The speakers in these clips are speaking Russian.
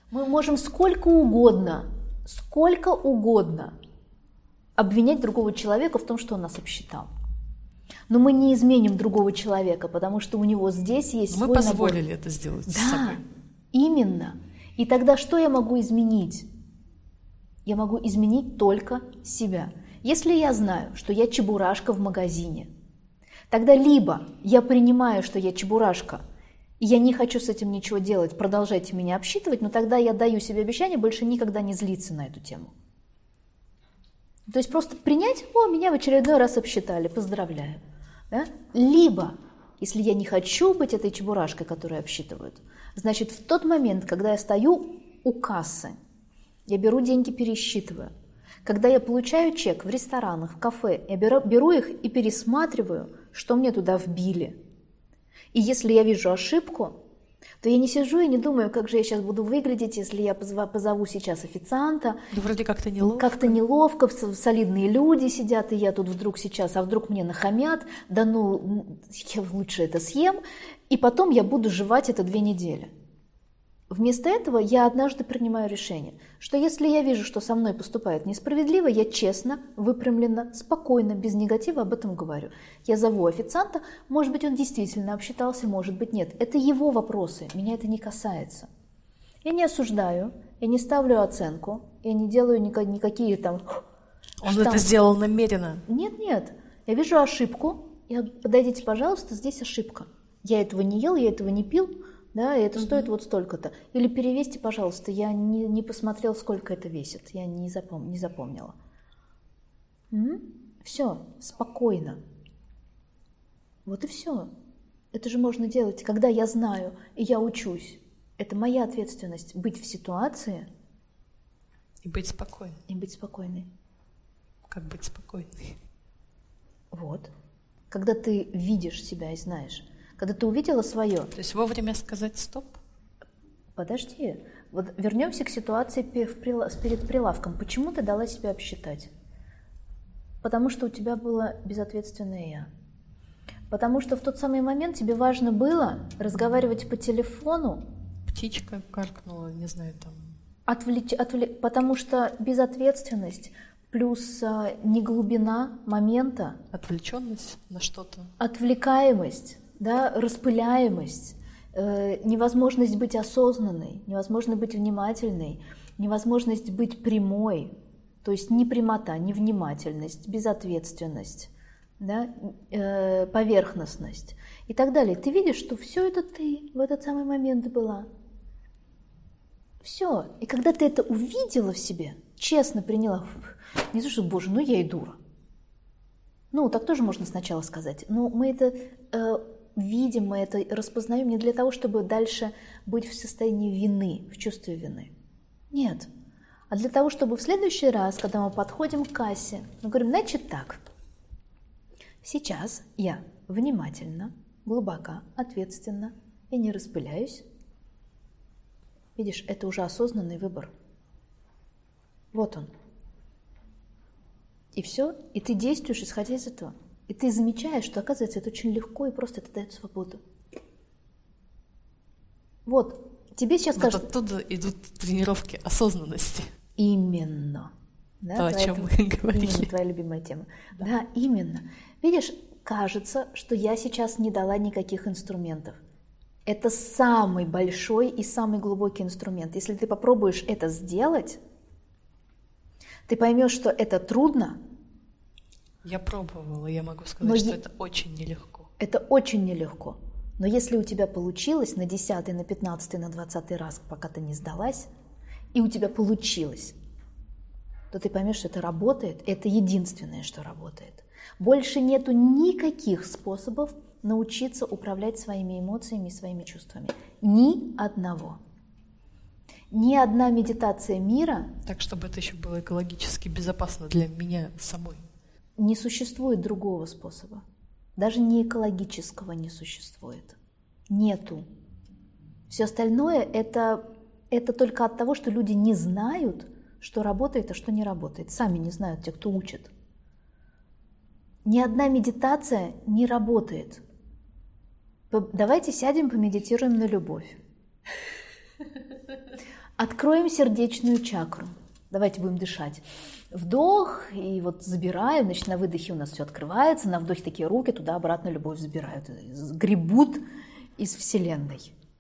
Мы можем сколько угодно обвинять другого человека в том, что он нас обсчитал. Но мы не изменим другого человека, потому что у него здесь есть свой набор. Мы набор. позволили это сделать с Да, собой. именно. И тогда что я могу изменить? Я могу изменить только себя. Если я знаю, что я чебурашка в магазине, тогда либо я принимаю, что я чебурашка, и я не хочу с этим ничего делать, продолжайте меня обсчитывать, но тогда я даю себе обещание больше никогда не злиться на эту тему. То есть просто принять, меня в очередной раз обсчитали, поздравляю. Да? Либо, если я не хочу быть этой чебурашкой, которую обсчитывают, значит, в тот момент, когда я стою у кассы, я беру деньги, пересчитываю. Когда я получаю чек в ресторанах, в кафе, я беру их и пересматриваю, что мне туда вбили. И если я вижу ошибку, то я не сижу и не думаю, как же я сейчас буду выглядеть, если я позову сейчас официанта. Да вроде как-то неловко. Как-то неловко, солидные люди сидят, и я тут вдруг сейчас, а вдруг мне нахамят, да я лучше это съем, и потом я буду жевать это 2 недели. Вместо этого я однажды принимаю решение, что если я вижу, что со мной поступает несправедливо, я честно, выпрямленно, спокойно, без негатива об этом говорю. Я зову официанта, может быть, он действительно обсчитался, может быть, нет. Это его вопросы, меня это не касается. Я не осуждаю, я не ставлю оценку, я не делаю никакие там... Он это сделал намеренно. Нет, я вижу ошибку, подойдите, пожалуйста, здесь ошибка. Я этого не ел, я этого не пил, да, и это стоит вот столько-то. Или перевесьте, пожалуйста, я не посмотрел, сколько это весит, я не запомнила. Все, спокойно. Вот и все. Это же можно делать, когда я знаю и я учусь. Это моя ответственность быть в ситуации. И быть спокойной. И быть спокойной. Как быть спокойной? Вот. Когда ты видишь себя и знаешь. Когда ты увидела свое. То есть вовремя сказать стоп? Подожди. Вот вернемся к ситуации перед прилавком. Почему ты дала себя обсчитать? Потому что у тебя было безответственное «я». Потому что в тот самый момент тебе важно было разговаривать по телефону. Птичка каркнула, не знаю, там. Потому что безответственность плюс не глубина момента. Отвлеченность на что-то. Отвлекаемость, да, распыляемость, невозможность быть осознанной, невозможность быть внимательной, невозможность быть прямой. То есть не прямота, невнимательность, безответственность, да, поверхностность и так далее. Ты видишь, что все это ты в этот самый момент была. Все. И когда ты это увидела в себе, честно приняла, не то, что, боже, я и дура. Так тоже можно сначала сказать. Но мы это видим, мы это распознаем не для того, чтобы дальше быть в состоянии вины, в чувстве вины. Нет. А для того, чтобы в следующий раз, когда мы подходим к кассе, мы говорим, значит так, сейчас я внимательно, глубоко, ответственно, я не распыляюсь. Видишь, это уже осознанный выбор. Вот он. И все, и ты действуешь, исходя из этого. И ты замечаешь, что, оказывается, это очень легко, и просто это дает свободу. Вот, тебе сейчас Вот кажется... оттуда идут тренировки осознанности. Именно. Да, то, о чем мы говорили. Именно твоя любимая тема. Да, именно. Видишь, кажется, что я сейчас не дала никаких инструментов. Это самый большой и самый глубокий инструмент. Если ты попробуешь это сделать, ты поймешь, что это трудно. Я пробовала, я могу сказать, что это очень нелегко. Это очень нелегко. Но если у тебя получилось на 10-й, на 15-й, на 20-й раз, пока ты не сдалась, и у тебя получилось, то ты поймешь, что это работает, это единственное, что работает. Больше нету никаких способов научиться управлять своими эмоциями и своими чувствами. Ни одного. Ни одна медитация мира... Так, чтобы это еще было экологически безопасно для меня самой. Не существует другого способа. Даже не экологического не существует. Нету. Все остальное это только от того, что люди не знают, что работает, а что не работает. Сами не знают те, кто учат. Ни одна медитация не работает. Давайте сядем, помедитируем на любовь. Откроем сердечную чакру. Давайте будем дышать. Вдох, и вот забираем, значит, на выдохе у нас все открывается, на вдохе такие руки туда-обратно любовь забирают, гребут из Вселенной.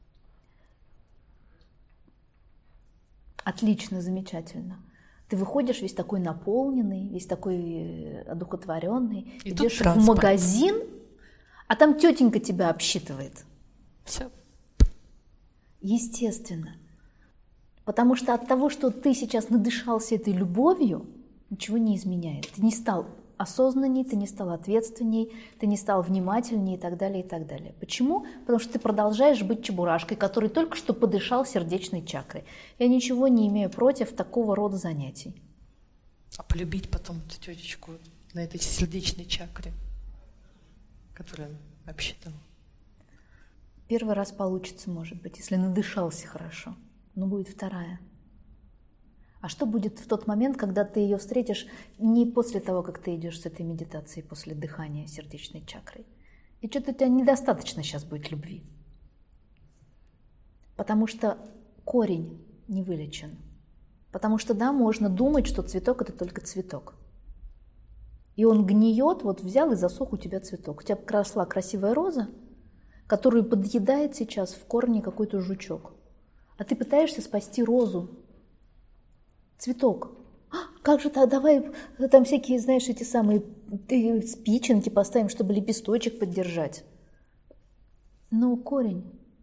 Отлично, замечательно. Ты выходишь весь такой наполненный, весь такой одухотворенный, идешь в магазин, а там тетенька тебя обсчитывает. Все. Естественно. Потому что от того, что ты сейчас надышался этой любовью, ничего не изменяет. Ты не стал осознанней, ты не стал ответственней, ты не стал внимательней и так далее, и так далее. Почему? Потому что ты продолжаешь быть чебурашкой, который только что подышал сердечной чакрой. Я ничего не имею против такого рода занятий. А полюбить потом эту тетечку на этой сердечной чакре, которая обсчитала? Первый раз получится, может быть, если надышался хорошо. Но будет вторая. А что будет в тот момент, когда ты ее встретишь не после того, как ты идешь с этой медитацией, после дыхания сердечной чакрой? И что-то у тебя недостаточно сейчас будет любви. Потому что корень не вылечен. Потому что, да, можно думать, что цветок – это только цветок. И он гниет, вот взял и засох у тебя цветок. У тебя росла красивая роза, которую подъедает сейчас в корне какой-то жучок. А ты пытаешься спасти розу, цветок. Как же то, давай там всякие, знаешь, эти самые спиченки поставим, чтобы лепесточек поддержать. Но корень.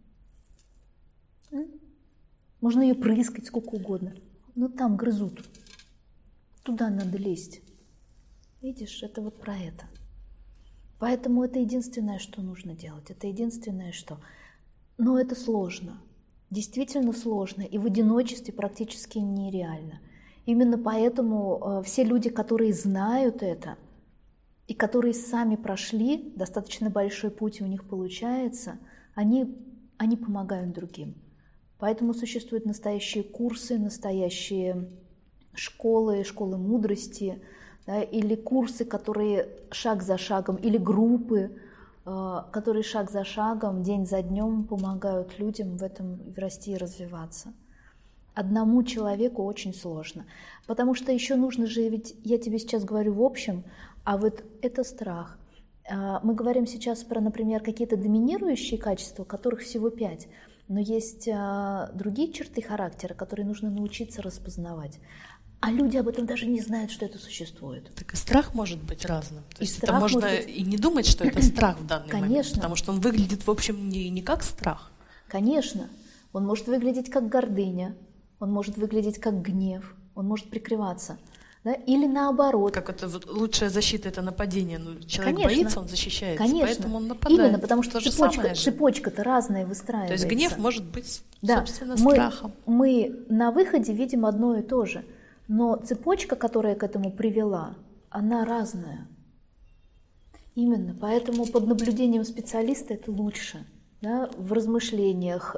Можно ее прыскать сколько угодно. Но там грызут. Туда надо лезть. Видишь, это вот про это. Поэтому это единственное, что нужно делать. Это единственное, что... Но это сложно. Действительно сложно. И в одиночестве практически нереально. Именно поэтому все люди, которые знают это, и которые сами прошли достаточно большой путь, и у них получается, они помогают другим. Поэтому существуют настоящие курсы, настоящие школы мудрости, да, или курсы, которые шаг за шагом, или группы, которые шаг за шагом, день за днем помогают людям в этом расти и развиваться. Одному человеку очень сложно, потому что еще нужно же, ведь я тебе сейчас говорю в общем, а вот это страх. Мы говорим сейчас про, например, какие-то доминирующие качества, которых всего 5, но есть другие черты характера, которые нужно научиться распознавать. А люди об этом даже не знают, что это существует. Так и страх может быть разным. То есть это можно быть... и не думать, что это страх в данный момент, потому что он выглядит, в общем, не как страх. Конечно. Он может выглядеть как гордыня, он может выглядеть как гнев, он может прикрываться. Да? Или наоборот. Как это вот лучшая защита – это нападение. Ну, человек Конечно. боится, он защищается, Конечно. Поэтому он нападает. Именно, потому что цепочка-то разная выстраивается. То есть гнев может быть, да. собственно, страхом. Мы на выходе видим одно и то же, но цепочка, которая к этому привела, она разная. Именно, поэтому под наблюдением специалиста это лучше. Да? В размышлениях,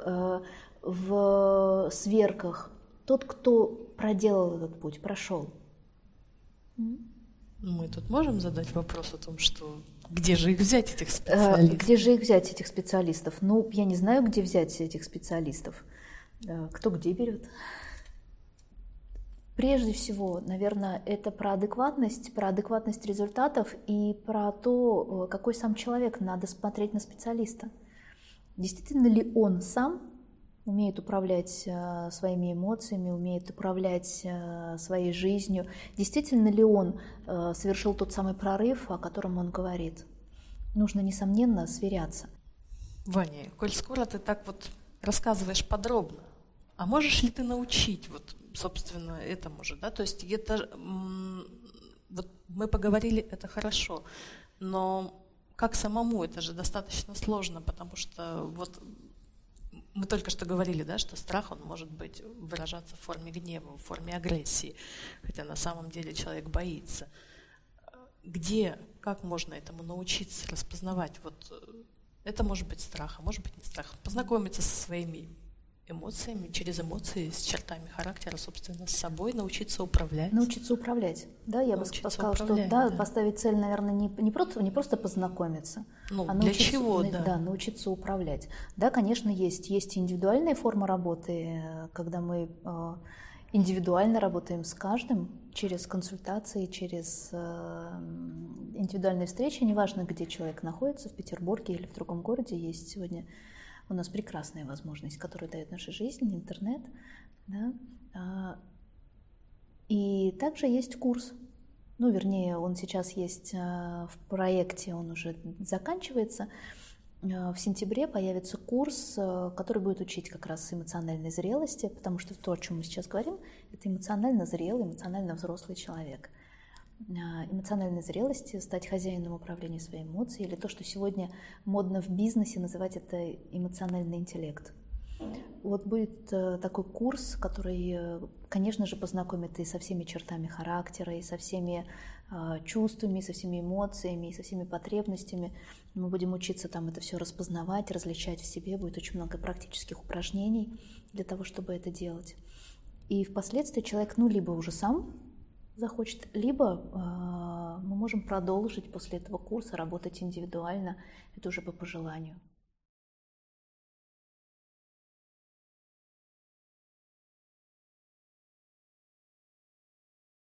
в сверках. Тот, кто проделал этот путь, прошел. Мы тут можем задать вопрос о том, что где же их взять, этих специалистов? Где же их взять, этих специалистов? Ну, я не знаю, где взять этих специалистов. Кто где берет. Прежде всего, наверное, это про адекватность результатов и про то, какой сам человек. Надо смотреть на специалиста. Действительно ли он сам умеет управлять своими эмоциями, умеет управлять своей жизнью? Действительно ли он совершил тот самый прорыв, о котором он говорит? Нужно, несомненно, сверяться. Ваня, коль скоро ты так вот рассказываешь подробно, а можешь ли ты научить, вот, собственно, этому же, да? То есть это, вот мы поговорили, это хорошо, но как самому, это же достаточно сложно, потому что вот мы только что говорили, да, что страх, он может быть выражаться в форме гнева, в форме агрессии, хотя на самом деле человек боится. Где, как можно этому научиться распознавать? Вот это может быть страх, а может быть не страх. Познакомиться со своими эмоциями, через эмоции, с чертами характера, собственно, с собой научиться управлять. Научиться управлять. Да, я бы сказала, что да, поставить цель, наверное, не просто познакомиться, ну, а для научиться, чего, да. Да, научиться управлять. Да, конечно, есть индивидуальная форма работы, когда мы индивидуально работаем с каждым через консультации, через индивидуальные встречи, неважно, где человек находится, в Петербурге или в другом городе, есть сегодня у нас прекрасная возможность, которую дает наша жизнь, интернет. Да? И также есть курс. Ну, вернее, он сейчас есть в проекте, он уже заканчивается. В сентябре появится курс, который будет учить как раз эмоциональной зрелости, потому что то, о чем мы сейчас говорим, это эмоционально зрелый, эмоционально взрослый человек. Эмоциональной зрелости, стать хозяином управления своей эмоцией, или то, что сегодня модно в бизнесе называть это эмоциональный интеллект. Вот будет такой курс, который, конечно же, познакомит и со всеми чертами характера, и со всеми чувствами, и со всеми эмоциями, и со всеми потребностями. Мы будем учиться там это все распознавать, различать в себе. Будет очень много практических упражнений для того, чтобы это делать. И впоследствии человек, либо уже сам захочет, либо мы можем продолжить после этого курса работать индивидуально, это уже по пожеланию.